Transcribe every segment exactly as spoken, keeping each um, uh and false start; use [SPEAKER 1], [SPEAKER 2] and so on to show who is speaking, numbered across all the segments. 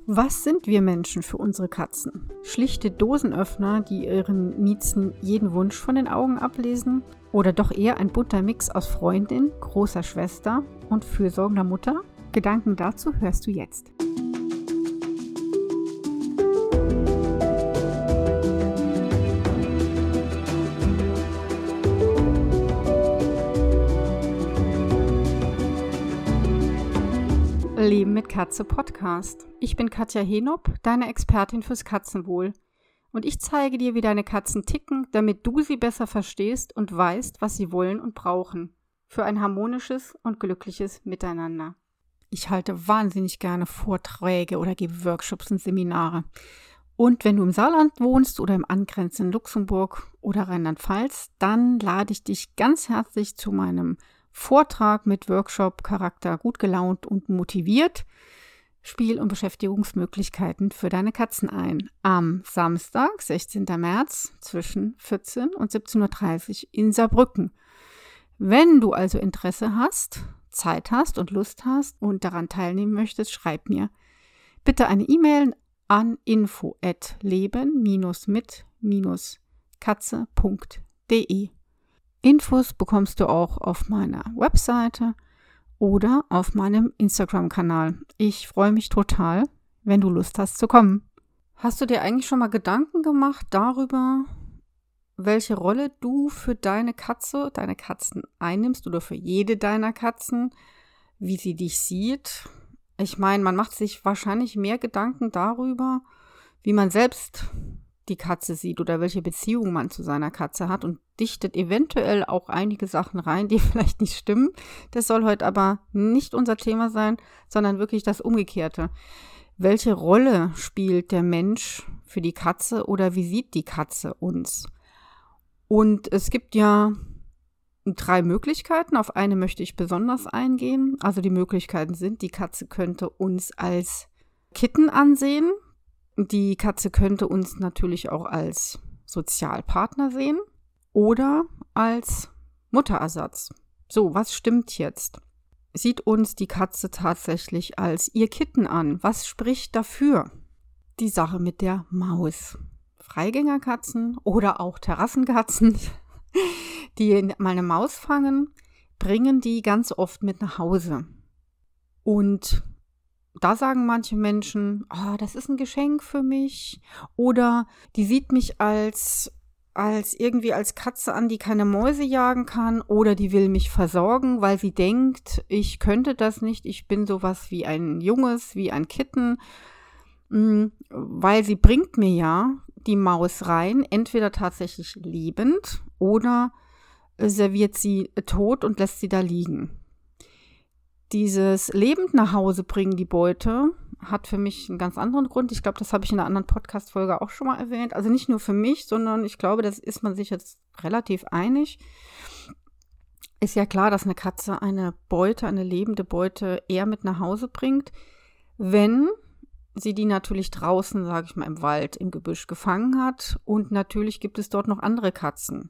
[SPEAKER 1] Was sind wir Menschen für unsere Katzen? Schlichte Dosenöffner, die ihren Miezen jeden Wunsch von den Augen ablesen? Oder doch eher ein bunter Mix aus Freundin, großer Schwester und fürsorgender Mutter? Gedanken dazu hörst du jetzt. Leben mit Katze Podcast. Ich bin Katja Henop, deine Expertin fürs Katzenwohl. Und ich zeige dir, wie deine Katzen ticken, damit du sie besser verstehst und weißt, was sie wollen und brauchen. Für ein harmonisches und glückliches Miteinander. Ich halte wahnsinnig gerne Vorträge oder gebe Workshops und Seminare. Und wenn du im Saarland wohnst oder im angrenzenden Luxemburg oder Rheinland-Pfalz, dann lade ich dich ganz herzlich zu meinem Vortrag mit Workshop-Charakter gut gelaunt und motiviert, Spiel- und Beschäftigungsmöglichkeiten für deine Katzen ein. Am Samstag, sechzehnten März zwischen vierzehn und siebzehn Uhr dreißig in Saarbrücken. Wenn du also Interesse hast, Zeit hast und Lust hast und daran teilnehmen möchtest, schreib mir bitte eine E-Mail an info at leben mit katze punkt de. Infos bekommst du auch auf meiner Webseite oder auf meinem Instagram-Kanal. Ich freue mich total, wenn du Lust hast zu kommen. Hast du dir eigentlich schon mal Gedanken gemacht darüber, welche Rolle du für deine Katze, deine Katzen einnimmst oder für jede deiner Katzen, wie sie dich sieht? Ich meine, man macht sich wahrscheinlich mehr Gedanken darüber, wie man selbst die Katze sieht oder welche Beziehung man zu seiner Katze hat und dichtet eventuell auch einige Sachen rein, die vielleicht nicht stimmen. Das soll heute aber nicht unser Thema sein, sondern wirklich das Umgekehrte. Welche Rolle spielt der Mensch für die Katze oder wie sieht die Katze uns? Und es gibt ja drei Möglichkeiten. Auf eine möchte ich besonders eingehen. Also die Möglichkeiten sind, die Katze könnte uns als Kitten ansehen. Die Katze könnte uns natürlich auch als Sozialpartner sehen oder als Mutterersatz. So, was stimmt jetzt? Sieht uns die Katze tatsächlich als ihr Kitten an? Was spricht dafür? Die Sache mit der Maus. Freigängerkatzen oder auch Terrassenkatzen, die mal eine Maus fangen, bringen die ganz oft mit nach Hause. Und da sagen manche Menschen, oh, das ist ein Geschenk für mich. Oder die sieht mich als, als irgendwie als Katze an, die keine Mäuse jagen kann. Oder die will mich versorgen, weil sie denkt, ich könnte das nicht. Ich bin sowas wie ein Junges, wie ein Kitten. Weil sie bringt mir ja die Maus rein, entweder tatsächlich lebend oder serviert sie tot und lässt sie da liegen. Dieses lebend nach Hause bringen, die Beute, hat für mich einen ganz anderen Grund. Ich glaube, das habe ich in einer anderen Podcast-Folge auch schon mal erwähnt. Also nicht nur für mich, sondern ich glaube, das ist man sich jetzt relativ einig. Ist ja klar, dass eine Katze eine Beute, eine lebende Beute eher mit nach Hause bringt, wenn sie die natürlich draußen, sage ich mal, im Wald, im Gebüsch gefangen hat. Und natürlich gibt es dort noch andere Katzen.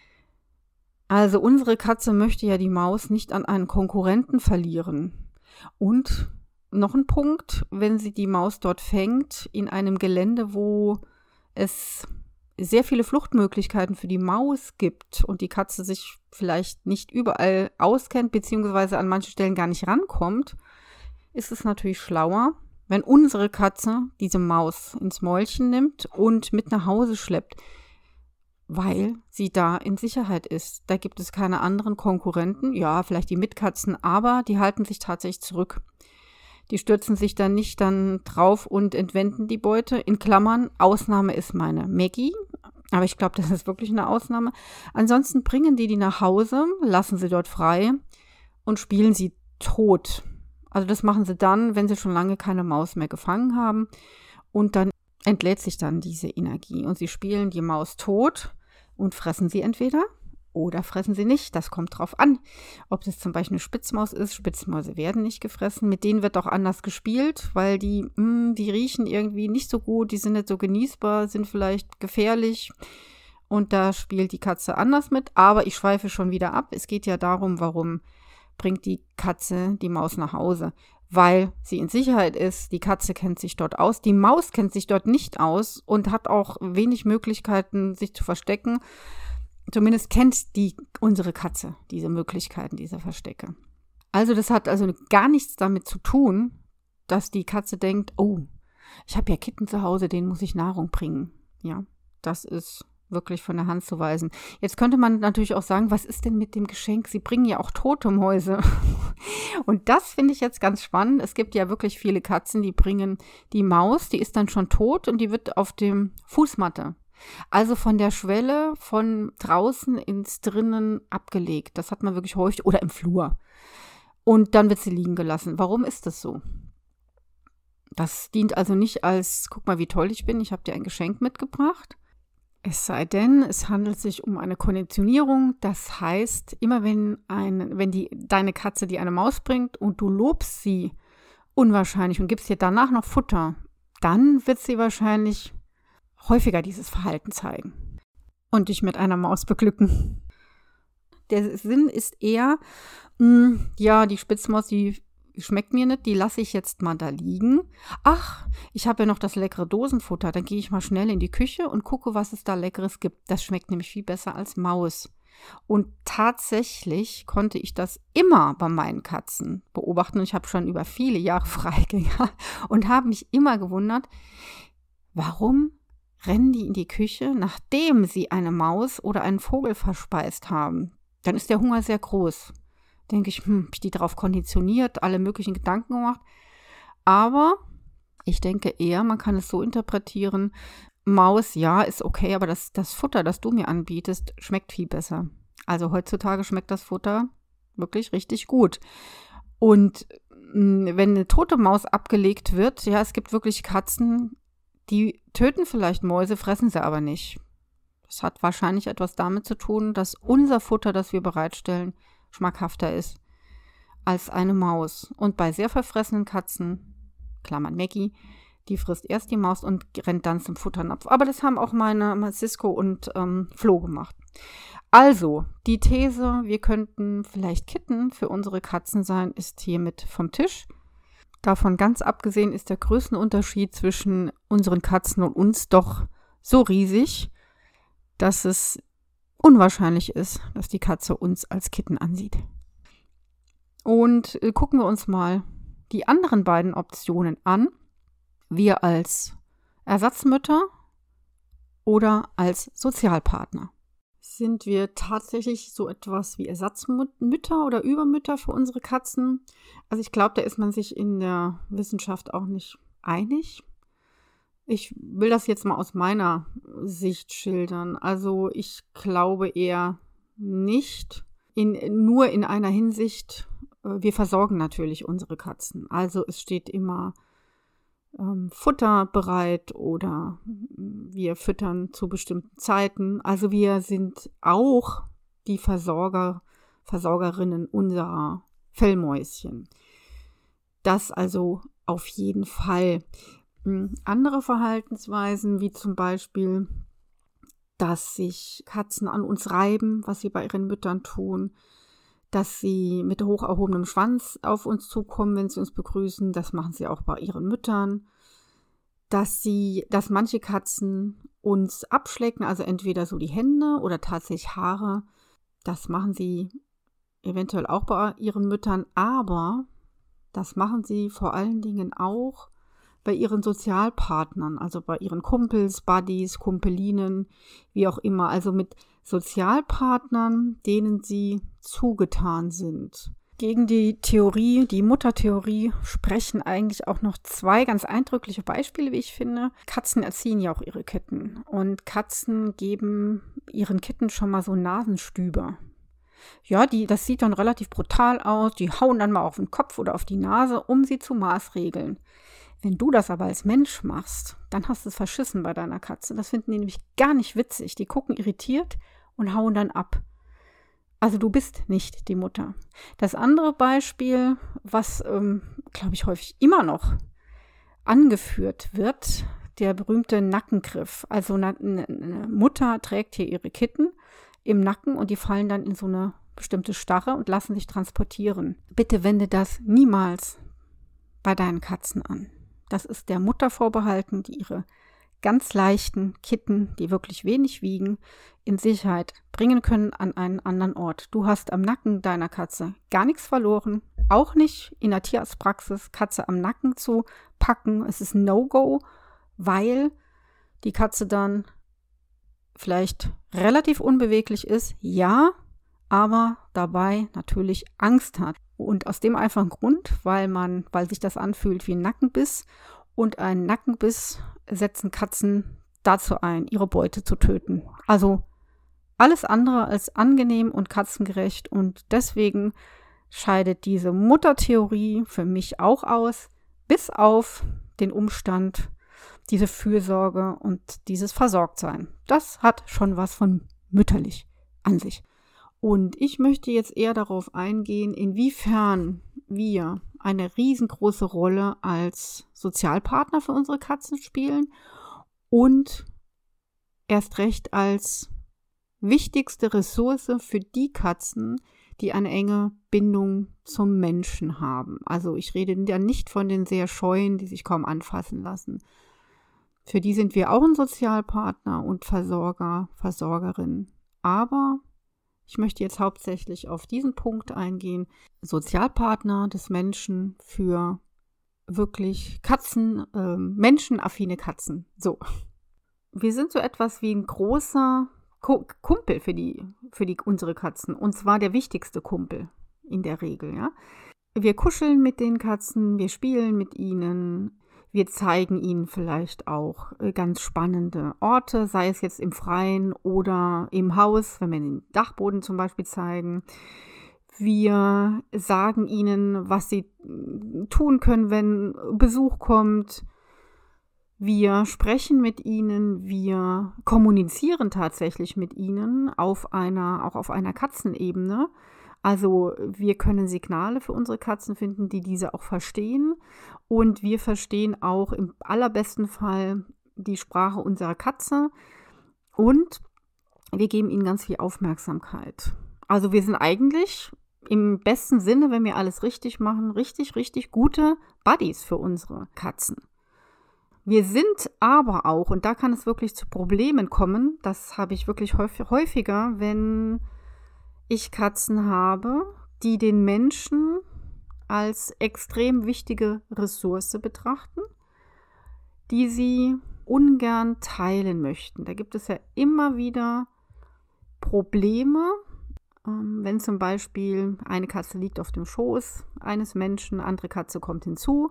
[SPEAKER 1] Also unsere Katze möchte ja die Maus nicht an einen Konkurrenten verlieren. Und noch ein Punkt, wenn sie die Maus dort fängt, in einem Gelände, wo es sehr viele Fluchtmöglichkeiten für die Maus gibt und die Katze sich vielleicht nicht überall auskennt, beziehungsweise an manchen Stellen gar nicht rankommt, ist es natürlich schlauer, wenn unsere Katze diese Maus ins Mäulchen nimmt und mit nach Hause schleppt, weil sie da in Sicherheit ist. Da gibt es keine anderen Konkurrenten, ja, vielleicht die Mitkatzen, aber die halten sich tatsächlich zurück. Die stürzen sich dann nicht dann drauf und entwenden die Beute. In Klammern, Ausnahme ist meine Maggie, aber ich glaube, das ist wirklich eine Ausnahme. Ansonsten bringen die die nach Hause, lassen sie dort frei und spielen sie tot. Also das machen sie dann, wenn sie schon lange keine Maus mehr gefangen haben und dann entlädt sich dann diese Energie und sie spielen die Maus tot und fressen sie entweder oder fressen sie nicht. Das kommt drauf an, ob es zum Beispiel eine Spitzmaus ist. Spitzmäuse werden nicht gefressen. Mit denen wird auch anders gespielt, weil die, mh, die riechen irgendwie nicht so gut, die sind nicht so genießbar, sind vielleicht gefährlich und da spielt die Katze anders mit. Aber ich schweife schon wieder ab. Es geht ja darum, warum bringt die Katze die Maus nach Hause. weil sie in Sicherheit ist. Die Katze kennt sich dort aus. Die Maus kennt sich dort nicht aus und hat auch wenig Möglichkeiten, sich zu verstecken. Zumindest kennt die unsere Katze diese Möglichkeiten, diese Verstecke. Also das hat also gar nichts damit zu tun, dass die Katze denkt, oh, ich habe ja Kitten zu Hause, denen muss ich Nahrung bringen. Ja, das ist wirklich von der Hand zu weisen. Jetzt könnte man natürlich auch sagen, was ist denn mit dem Geschenk? Sie bringen ja auch tote Mäuse. Und das finde ich jetzt ganz spannend. Es gibt ja wirklich viele Katzen, die bringen die Maus, die ist dann schon tot und die wird auf dem Fußmatte, also von der Schwelle von draußen ins Drinnen abgelegt. Das hat man wirklich häufig. Oder im Flur. Und dann wird sie liegen gelassen. Warum ist das so? Das dient also nicht als, guck mal, wie toll ich bin, ich habe dir ein Geschenk mitgebracht. Es sei denn, es handelt sich um eine Konditionierung. Das heißt, immer wenn, ein, wenn die, deine Katze dir eine Maus bringt und du lobst sie unwahrscheinlich und gibst ihr danach noch Futter, dann wird sie wahrscheinlich häufiger dieses Verhalten zeigen und dich mit einer Maus beglücken. Der Sinn ist eher, mh, ja, die Spitzmaus, die schmeckt mir nicht, die lasse ich jetzt mal da liegen. Ach, ich habe ja noch das leckere Dosenfutter, dann gehe ich mal schnell in die Küche und gucke, was es da Leckeres gibt. Das schmeckt nämlich viel besser als Maus. Und tatsächlich konnte ich das immer bei meinen Katzen beobachten. Und ich habe schon über viele Jahre Freigänger und habe mich immer gewundert, warum rennen die in die Küche, nachdem sie eine Maus oder einen Vogel verspeist haben. Dann ist der Hunger sehr groß. Denke ich, hm, habe ich die darauf konditioniert, alle möglichen Gedanken gemacht. Aber ich denke eher, man kann es so interpretieren, Maus, ja, ist okay, aber das, das Futter, das du mir anbietest, schmeckt viel besser. Also heutzutage schmeckt das Futter wirklich richtig gut. Und mh, wenn eine tote Maus abgelegt wird, ja, es gibt wirklich Katzen, die töten vielleicht Mäuse, fressen sie aber nicht. Das hat wahrscheinlich etwas damit zu tun, dass unser Futter, das wir bereitstellen, schmackhafter ist als eine Maus. Und bei sehr verfressenen Katzen, Klammern Maggie, die frisst erst die Maus und rennt dann zum Futternapf. Aber das haben auch meine, meine Cisco und ähm, Flo gemacht. Also, die These, wir könnten vielleicht Kitten für unsere Katzen sein, ist hiermit vom Tisch. Davon ganz abgesehen ist der Größenunterschied zwischen unseren Katzen und uns doch so riesig, dass es unwahrscheinlich ist, dass die Katze uns als Kitten ansieht. Und äh, gucken wir uns mal die anderen beiden Optionen an. Wir als Ersatzmütter oder als Sozialpartner. Sind wir tatsächlich so etwas wie Ersatzmütter oder Übermütter für unsere Katzen? Also ich glaube, da ist man sich in der Wissenschaft auch nicht einig. Ich will das jetzt mal aus meiner Sicht schildern. Also ich glaube eher nicht, in, nur in einer Hinsicht, wir versorgen natürlich unsere Katzen. Also es steht immer ähm, Futter bereit oder wir füttern zu bestimmten Zeiten. Also wir sind auch die Versorger, Versorgerinnen unserer Fellmäuschen. Das also auf jeden Fall. Andere Verhaltensweisen, wie zum Beispiel, dass sich Katzen an uns reiben, was sie bei ihren Müttern tun, dass sie mit hoch erhobenem Schwanz auf uns zukommen, wenn sie uns begrüßen, das machen sie auch bei ihren Müttern, dass sie, dass manche Katzen uns abschlecken, also entweder so die Hände oder tatsächlich Haare, das machen sie eventuell auch bei ihren Müttern, aber das machen sie vor allen Dingen auch bei ihren Sozialpartnern, also bei ihren Kumpels, Buddies, Kumpelinen, wie auch immer, also mit Sozialpartnern, denen sie zugetan sind. Gegen die Theorie, die Muttertheorie, sprechen eigentlich auch noch zwei ganz eindrückliche Beispiele, wie ich finde. Katzen erziehen ja auch ihre Kitten und Katzen geben ihren Kitten schon mal so Nasenstüber. Ja, die, das sieht dann relativ brutal aus, die hauen dann mal auf den Kopf oder auf die Nase, um sie zu maßregeln. Wenn du das aber als Mensch machst, dann hast du es verschissen bei deiner Katze. Das finden die nämlich gar nicht witzig. Die gucken irritiert und hauen dann ab. Also du bist nicht die Mutter. Das andere Beispiel, was, ähm, glaube ich, häufig immer noch angeführt wird, der berühmte Nackengriff. Also eine, eine Mutter trägt hier ihre Kitten im Nacken und die fallen dann in so eine bestimmte Starre und lassen sich transportieren. Bitte wende das niemals bei deinen Katzen an. Das ist der Mutter vorbehalten, die ihre ganz leichten Kitten, die wirklich wenig wiegen, in Sicherheit bringen können an einen anderen Ort. Du hast am Nacken deiner Katze gar nichts verloren, auch nicht in der Tierarztpraxis Katze am Nacken zu packen. Es ist No-Go, weil die Katze dann vielleicht relativ unbeweglich ist, ja, aber dabei natürlich Angst hat. Und aus dem einfachen Grund, weil man, weil sich das anfühlt wie ein Nackenbiss, und ein Nackenbiss setzen Katzen dazu ein, ihre Beute zu töten. Also alles andere als angenehm und katzengerecht, und deswegen scheidet diese Muttertheorie für mich auch aus, bis auf den Umstand, diese Fürsorge und dieses Versorgtsein. Das hat schon was von mütterlich an sich. Und ich möchte jetzt eher darauf eingehen, inwiefern wir eine riesengroße Rolle als Sozialpartner für unsere Katzen spielen und erst recht als wichtigste Ressource für die Katzen, die eine enge Bindung zum Menschen haben. Also ich rede ja nicht von den sehr scheuen, die sich kaum anfassen lassen. Für die sind wir auch ein Sozialpartner und Versorger, Versorgerin. Aber ich möchte jetzt hauptsächlich auf diesen Punkt eingehen. Sozialpartner des Menschen für wirklich Katzen, äh, menschenaffine Katzen. So. Wir sind so etwas wie ein großer Ku- Kumpel für die, für die, unsere Katzen. Und zwar der wichtigste Kumpel in der Regel, ja. Wir kuscheln mit den Katzen, wir spielen mit ihnen. Wir zeigen ihnen vielleicht auch ganz spannende Orte, sei es jetzt im Freien oder im Haus, wenn wir den Dachboden zum Beispiel zeigen. Wir sagen ihnen, was sie tun können, wenn Besuch kommt. Wir sprechen mit ihnen, wir kommunizieren tatsächlich mit ihnen auf einer, auch auf einer Katzenebene. Also wir können Signale für unsere Katzen finden, die diese auch verstehen. Und wir verstehen auch im allerbesten Fall die Sprache unserer Katze. Und wir geben ihnen ganz viel Aufmerksamkeit. Also wir sind eigentlich im besten Sinne, wenn wir alles richtig machen, richtig, richtig gute Buddies für unsere Katzen. Wir sind aber auch, und da kann es wirklich zu Problemen kommen, das habe ich wirklich häufiger, wenn ich Katzen habe, die den Menschen als extrem wichtige Ressource betrachten, die sie ungern teilen möchten. Da gibt es ja immer wieder Probleme, wenn zum Beispiel eine Katze liegt auf dem Schoß eines Menschen, eine andere Katze kommt hinzu,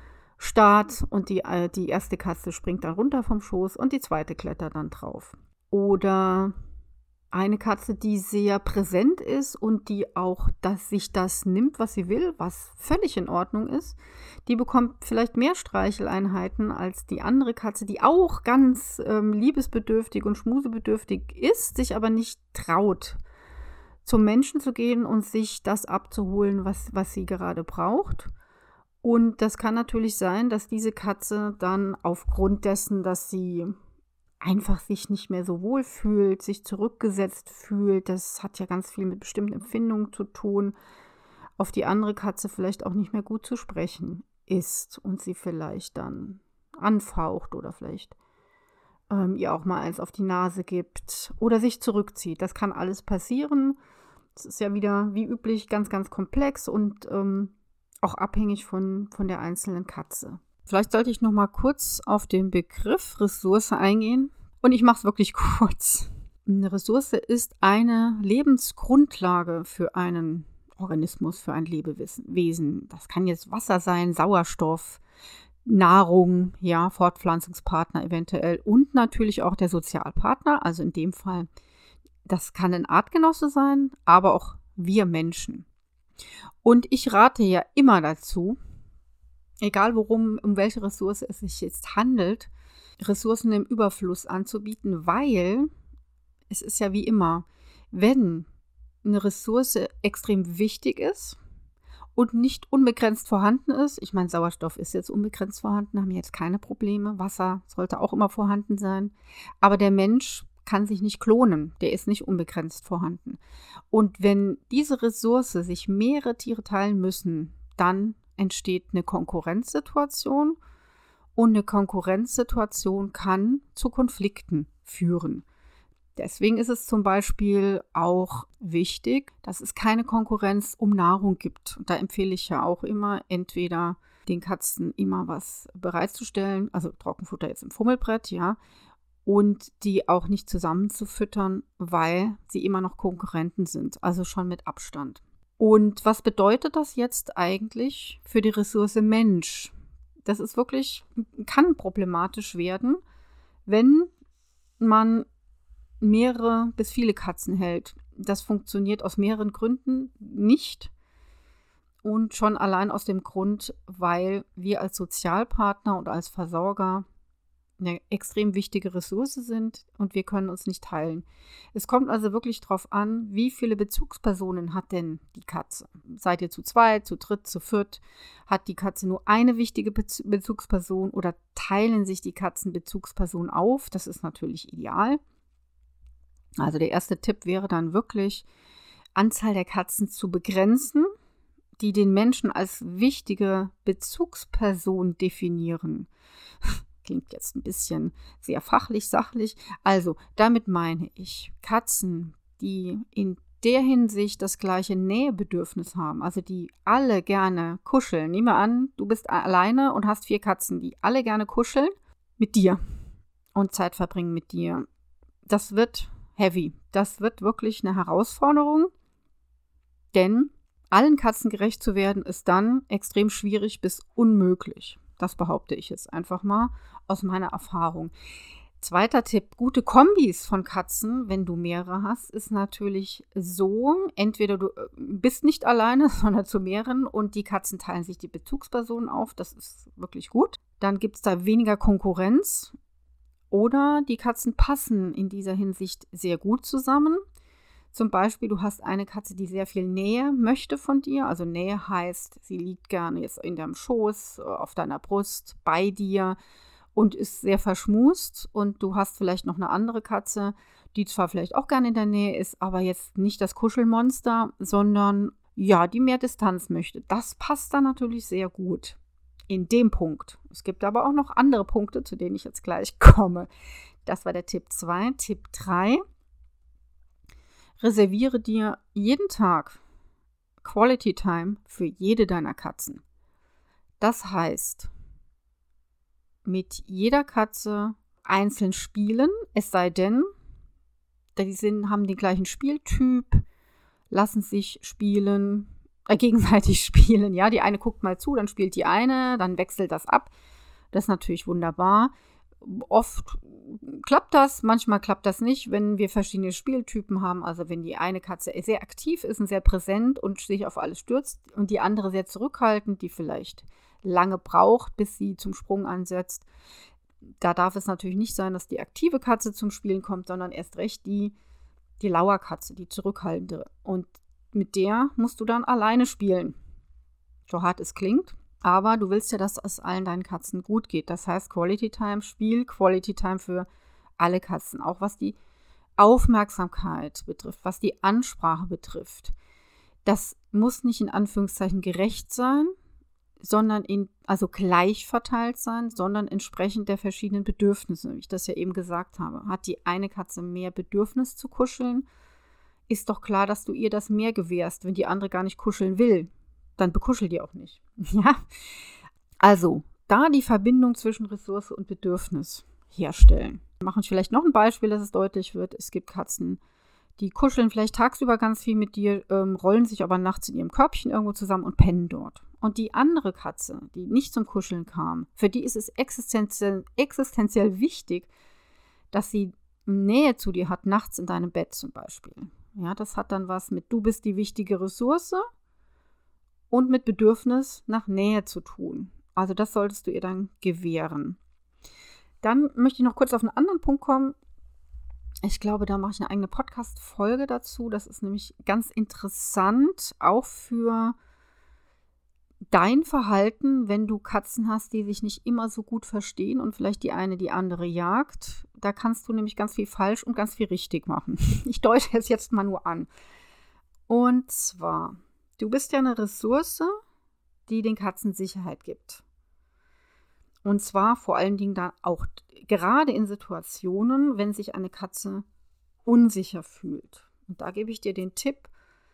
[SPEAKER 1] Start, und die, die erste Katze springt dann runter vom Schoß und die zweite klettert dann drauf. Oder eine Katze, die sehr präsent ist und die auch dass sich das nimmt, was sie will, was völlig in Ordnung ist, die bekommt vielleicht mehr Streicheleinheiten als die andere Katze, die auch ganz ähm, liebesbedürftig und schmusebedürftig ist, sich aber nicht traut, zum Menschen zu gehen und sich das abzuholen, was, was sie gerade braucht. Und das kann natürlich sein, dass diese Katze dann aufgrund dessen, dass sie einfach sich nicht mehr so wohl fühlt, sich zurückgesetzt fühlt, das hat ja ganz viel mit bestimmten Empfindungen zu tun, auf die andere Katze vielleicht auch nicht mehr gut zu sprechen ist und sie vielleicht dann anfaucht oder vielleicht ähm, ihr auch mal eins auf die Nase gibt oder sich zurückzieht. Das kann alles passieren. Das ist ja wieder wie üblich ganz, ganz komplex und ähm, auch abhängig von, von der einzelnen Katze. Vielleicht sollte ich noch mal kurz auf den Begriff Ressource eingehen. Und ich mache es wirklich kurz. Eine Ressource ist eine Lebensgrundlage für einen Organismus, für ein Lebewesen. Das kann jetzt Wasser sein, Sauerstoff, Nahrung, ja, Fortpflanzungspartner eventuell und natürlich auch der Sozialpartner. Also in dem Fall, das kann ein Artgenosse sein, aber auch wir Menschen. Und ich rate ja immer dazu, egal worum, um welche Ressource es sich jetzt handelt, Ressourcen im Überfluss anzubieten, weil es ist ja wie immer, wenn eine Ressource extrem wichtig ist und nicht unbegrenzt vorhanden ist, ich meine, Sauerstoff ist jetzt unbegrenzt vorhanden, haben jetzt keine Probleme, Wasser sollte auch immer vorhanden sein, aber der Mensch kann sich nicht klonen, der ist nicht unbegrenzt vorhanden. Und wenn diese Ressource sich mehrere Tiere teilen müssen, dann entsteht eine Konkurrenzsituation und eine Konkurrenzsituation kann zu Konflikten führen. Deswegen ist es zum Beispiel auch wichtig, dass es keine Konkurrenz um Nahrung gibt. Und da empfehle ich ja auch immer, entweder den Katzen immer was bereitzustellen, also Trockenfutter jetzt im Fummelbrett, ja, und die auch nicht zusammenzufüttern, weil sie immer noch Konkurrenten sind, also schon mit Abstand. Und was bedeutet das jetzt eigentlich für die Ressource Mensch? Das ist wirklich, kann problematisch werden, wenn man mehrere bis viele Katzen hält. Das funktioniert aus mehreren Gründen nicht und schon allein aus dem Grund, weil wir als Sozialpartner und als Versorger eine extrem wichtige Ressource sind und wir können uns nicht teilen. Es kommt also wirklich darauf an, wie viele Bezugspersonen hat denn die Katze? Seid ihr zu zweit, zu dritt, zu viert? Hat die Katze nur eine wichtige Bezugsperson oder teilen sich die Katzen Bezugspersonen auf? Das ist natürlich ideal. Also der erste Tipp wäre dann wirklich, Anzahl der Katzen zu begrenzen, die den Menschen als wichtige Bezugsperson definieren. Klingt jetzt ein bisschen sehr fachlich, sachlich. Also damit meine ich Katzen, die in der Hinsicht das gleiche Nähebedürfnis haben, also die alle gerne kuscheln. Nehmen wir an, du bist alleine und hast vier Katzen, die alle gerne kuscheln mit dir und Zeit verbringen mit dir. Das wird heavy. Das wird wirklich eine Herausforderung, denn allen Katzen gerecht zu werden, ist dann extrem schwierig bis unmöglich. Das behaupte ich jetzt einfach mal aus meiner Erfahrung. Zweiter Tipp, gute Kombis von Katzen, wenn du mehrere hast, ist natürlich so, entweder du bist nicht alleine, sondern zu mehreren und die Katzen teilen sich die Bezugspersonen auf, das ist wirklich gut. Dann gibt es da weniger Konkurrenz oder die Katzen passen in dieser Hinsicht sehr gut zusammen. Zum Beispiel, du hast eine Katze, die sehr viel Nähe möchte von dir. Also Nähe heißt, sie liegt gerne jetzt in deinem Schoß, auf deiner Brust, bei dir und ist sehr verschmust. Und du hast vielleicht noch eine andere Katze, die zwar vielleicht auch gerne in der Nähe ist, aber jetzt nicht das Kuschelmonster, sondern ja, die mehr Distanz möchte. Das passt dann natürlich sehr gut in dem Punkt. Es gibt aber auch noch andere Punkte, zu denen ich jetzt gleich komme. Das war der Tipp zwei. Tipp drei. Reserviere dir jeden Tag Quality Time für jede deiner Katzen. Das heißt, mit jeder Katze einzeln spielen, es sei denn, die sind, haben den gleichen Spieltyp, lassen sich spielen, äh, gegenseitig spielen. Ja, die eine guckt mal zu, dann spielt die eine, dann wechselt das ab. Das ist natürlich wunderbar. Oft klappt das, manchmal klappt das nicht, wenn wir verschiedene Spieltypen haben. Also wenn die eine Katze sehr aktiv ist und sehr präsent und sich auf alles stürzt und die andere sehr zurückhaltend, die vielleicht lange braucht, bis sie zum Sprung ansetzt. Da darf es natürlich nicht sein, dass die aktive Katze zum Spielen kommt, sondern erst recht die, die Lauerkatze, die zurückhaltende. Und mit der musst du dann alleine spielen. So hart es klingt. Aber du willst ja, dass es allen deinen Katzen gut geht. Das heißt, Quality Time, Spiel, Quality Time für alle Katzen. Auch was die Aufmerksamkeit betrifft, was die Ansprache betrifft. Das muss nicht in Anführungszeichen gerecht sein, sondern in, also gleich verteilt sein, sondern entsprechend der verschiedenen Bedürfnisse, wie ich das ja eben gesagt habe. Hat die eine Katze mehr Bedürfnis zu kuscheln, ist doch klar, dass du ihr das mehr gewährst, wenn die andere gar nicht kuscheln will. Dann bekuschelt ihr auch nicht. Ja, also da die Verbindung zwischen Ressource und Bedürfnis herstellen. Wir machen vielleicht noch ein Beispiel, dass es deutlich wird. Es gibt Katzen, die kuscheln vielleicht tagsüber ganz viel mit dir, ähm, rollen sich aber nachts in ihrem Körbchen irgendwo zusammen und pennen dort. Und die andere Katze, die nicht zum Kuscheln kam, für die ist es existenziell, existenziell wichtig, dass sie Nähe zu dir hat, nachts in deinem Bett zum Beispiel. Ja, das hat dann was mit, du bist die wichtige Ressource und mit Bedürfnis nach Nähe zu tun. Also das solltest du ihr dann gewähren. Dann möchte ich noch kurz auf einen anderen Punkt kommen. Ich glaube, da mache ich eine eigene Podcast-Folge dazu. Das ist nämlich ganz interessant, auch für dein Verhalten, wenn du Katzen hast, die sich nicht immer so gut verstehen und vielleicht die eine die andere jagt. Da kannst du nämlich ganz viel falsch und ganz viel richtig machen. Ich deute es jetzt mal nur an. Und zwar, du bist ja eine Ressource, die den Katzen Sicherheit gibt. Und zwar vor allen Dingen dann auch gerade in Situationen, wenn sich eine Katze unsicher fühlt. Und da gebe ich dir den Tipp,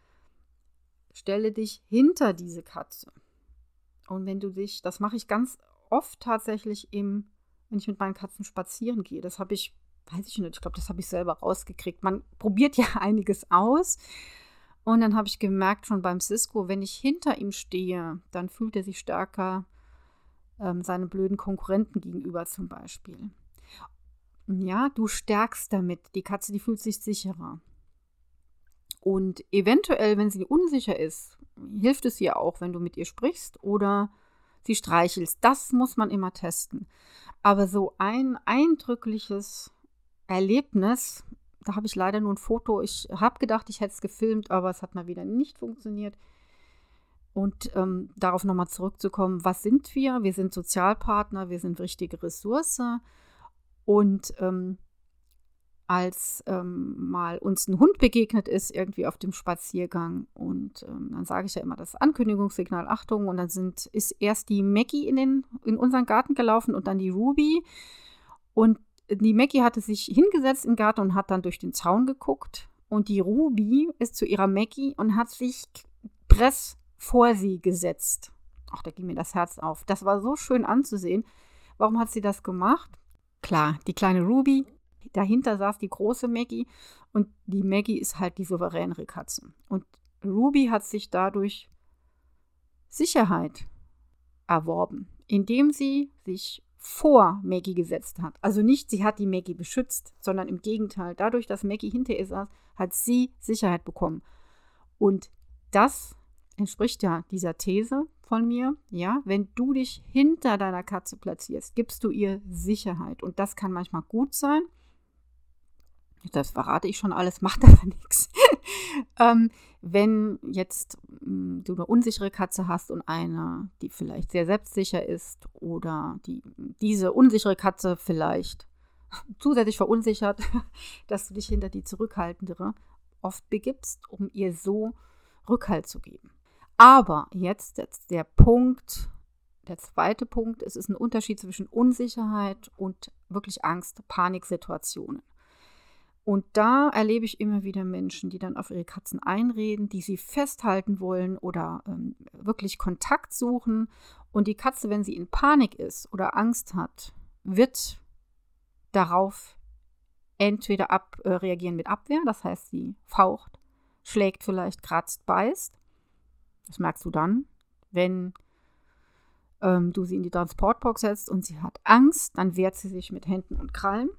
[SPEAKER 1] stelle dich hinter diese Katze. Und wenn du dich, das mache ich ganz oft tatsächlich, im, wenn ich mit meinen Katzen spazieren gehe. Das habe ich, weiß ich nicht, ich glaube, das habe ich selber rausgekriegt. Man probiert ja einiges aus. Und dann habe ich gemerkt, schon beim Cisco, wenn ich hinter ihm stehe, dann fühlt er sich stärker ähm, seinem blöden Konkurrenten gegenüber zum Beispiel. Ja, du stärkst damit. Die Katze, die fühlt sich sicherer. Und eventuell, wenn sie unsicher ist, hilft es ihr auch, wenn du mit ihr sprichst oder sie streichelst. Das muss man immer testen. Aber so ein eindrückliches Erlebnis, da habe ich leider nur ein Foto. Ich habe gedacht, ich hätte es gefilmt, aber es hat mal wieder nicht funktioniert. Und ähm, darauf nochmal zurückzukommen, was sind wir? Wir sind Sozialpartner, wir sind richtige Ressource. Und ähm, als ähm, mal uns ein Hund begegnet ist, irgendwie auf dem Spaziergang. Und ähm, dann sage ich ja immer das Ankündigungssignal, Achtung, und dann sind, ist erst die Maggie in, den, in unseren Garten gelaufen und dann die Ruby. Und die Maggie hatte sich hingesetzt im Garten und hat dann durch den Zaun geguckt. Und die Ruby ist zu ihrer Maggie und hat sich press vor sie gesetzt. Ach, da ging mir das Herz auf. Das war so schön anzusehen. Warum hat sie das gemacht? Klar, die kleine Ruby, dahinter saß die große Maggie und die Maggie ist halt die souveränere Katze. Und Ruby hat sich dadurch Sicherheit erworben, indem sie sich vor Maggie gesetzt hat. Also nicht, sie hat die Maggie beschützt, sondern im Gegenteil. Dadurch, dass Maggie hinter ihr saß, hat sie Sicherheit bekommen. Und das entspricht ja dieser These von mir, ja, wenn du dich hinter deiner Katze platzierst, gibst du ihr Sicherheit. Und das kann manchmal gut sein. Das verrate ich schon alles, macht aber nichts. ähm, wenn jetzt mh, du eine unsichere Katze hast und eine, die vielleicht sehr selbstsicher ist oder die, diese unsichere Katze vielleicht zusätzlich verunsichert, dass du dich hinter die zurückhaltendere oft begibst, um ihr so Rückhalt zu geben. Aber jetzt, jetzt der Punkt, der zweite Punkt, es ist ein Unterschied zwischen Unsicherheit und wirklich Angst, Paniksituationen. Und da erlebe ich immer wieder Menschen, die dann auf ihre Katzen einreden, die sie festhalten wollen oder ähm, wirklich Kontakt suchen. Und die Katze, wenn sie in Panik ist oder Angst hat, wird darauf entweder ab, äh, reagieren mit Abwehr, das heißt, sie faucht, schlägt vielleicht, kratzt, beißt. Das merkst du dann, wenn ähm, du sie in die Transportbox setzt und sie hat Angst, dann wehrt sie sich mit Händen und Krallen.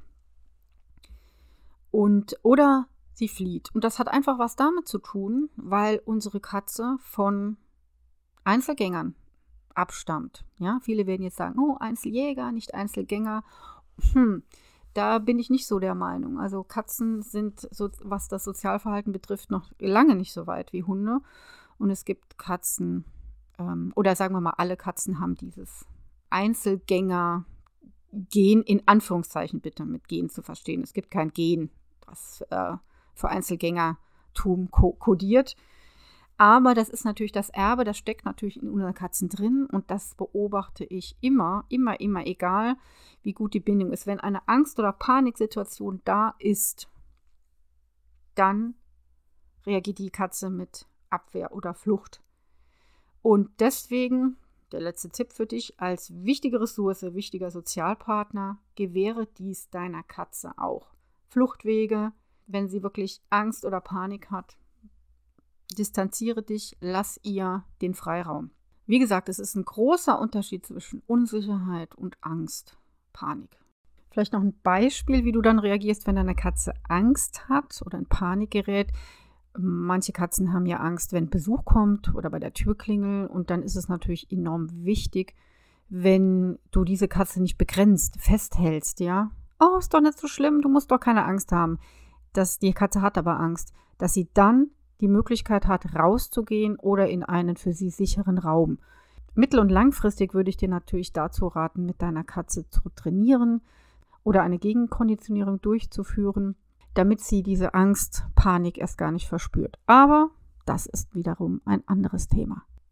[SPEAKER 1] Und, oder sie flieht. Und das hat einfach was damit zu tun, weil unsere Katze von Einzelgängern abstammt. Ja, viele werden jetzt sagen, oh, Einzeljäger, nicht Einzelgänger. Hm, da bin ich nicht so der Meinung. Also Katzen sind, so, was das Sozialverhalten betrifft, noch lange nicht so weit wie Hunde. Und es gibt Katzen, ähm, oder sagen wir mal, alle Katzen haben dieses Einzelgänger-Gen, in Anführungszeichen bitte mit Gen zu verstehen. Es gibt kein Gen, das äh, für Einzelgängertum ko- kodiert. Aber das ist natürlich das Erbe, das steckt natürlich in unseren Katzen drin. Und das beobachte ich immer, immer, immer, egal wie gut die Bindung ist. Wenn eine Angst- oder Paniksituation da ist, dann reagiert die Katze mit Abwehr oder Flucht. Und deswegen, der letzte Tipp für dich, als wichtige Ressource, wichtiger Sozialpartner, gewähre dies deiner Katze auch. Fluchtwege, wenn sie wirklich Angst oder Panik hat, distanziere dich, lass ihr den Freiraum. Wie gesagt, es ist ein großer Unterschied zwischen Unsicherheit und Angst, Panik. Vielleicht noch ein Beispiel, wie du dann reagierst, wenn deine Katze Angst hat oder in Panik gerät. Manche Katzen haben ja Angst, wenn Besuch kommt oder bei der Tür klingelt. Und dann ist es natürlich enorm wichtig, wenn du diese Katze nicht begrenzt, festhältst, ja. Oh, ist doch nicht so schlimm, du musst doch keine Angst haben. Das, die Katze hat aber Angst, dass sie dann die Möglichkeit hat, rauszugehen oder in einen für sie sicheren Raum. Mittel- und langfristig würde ich dir natürlich dazu raten, mit deiner Katze zu trainieren oder eine Gegenkonditionierung durchzuführen, damit sie diese Angst, Panik erst gar nicht verspürt. Aber das ist wiederum ein anderes Thema.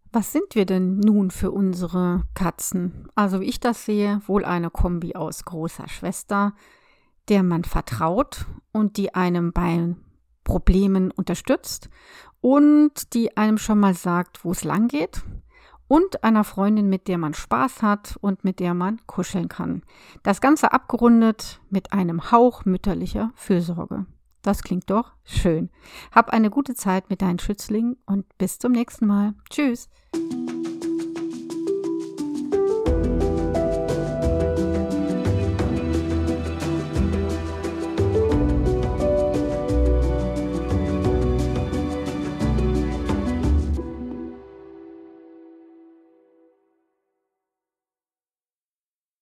[SPEAKER 1] Was sind wir denn nun für unsere Katzen? Also wie ich das sehe, wohl eine Kombi aus großer Schwester, der man vertraut und die einem bei Problemen unterstützt und die einem schon mal sagt, wo es lang geht, und einer Freundin, mit der man Spaß hat und mit der man kuscheln kann. Das Ganze abgerundet mit einem Hauch mütterlicher Fürsorge. Das klingt doch schön. Hab eine gute Zeit mit deinen Schützlingen und bis zum nächsten Mal. Tschüss.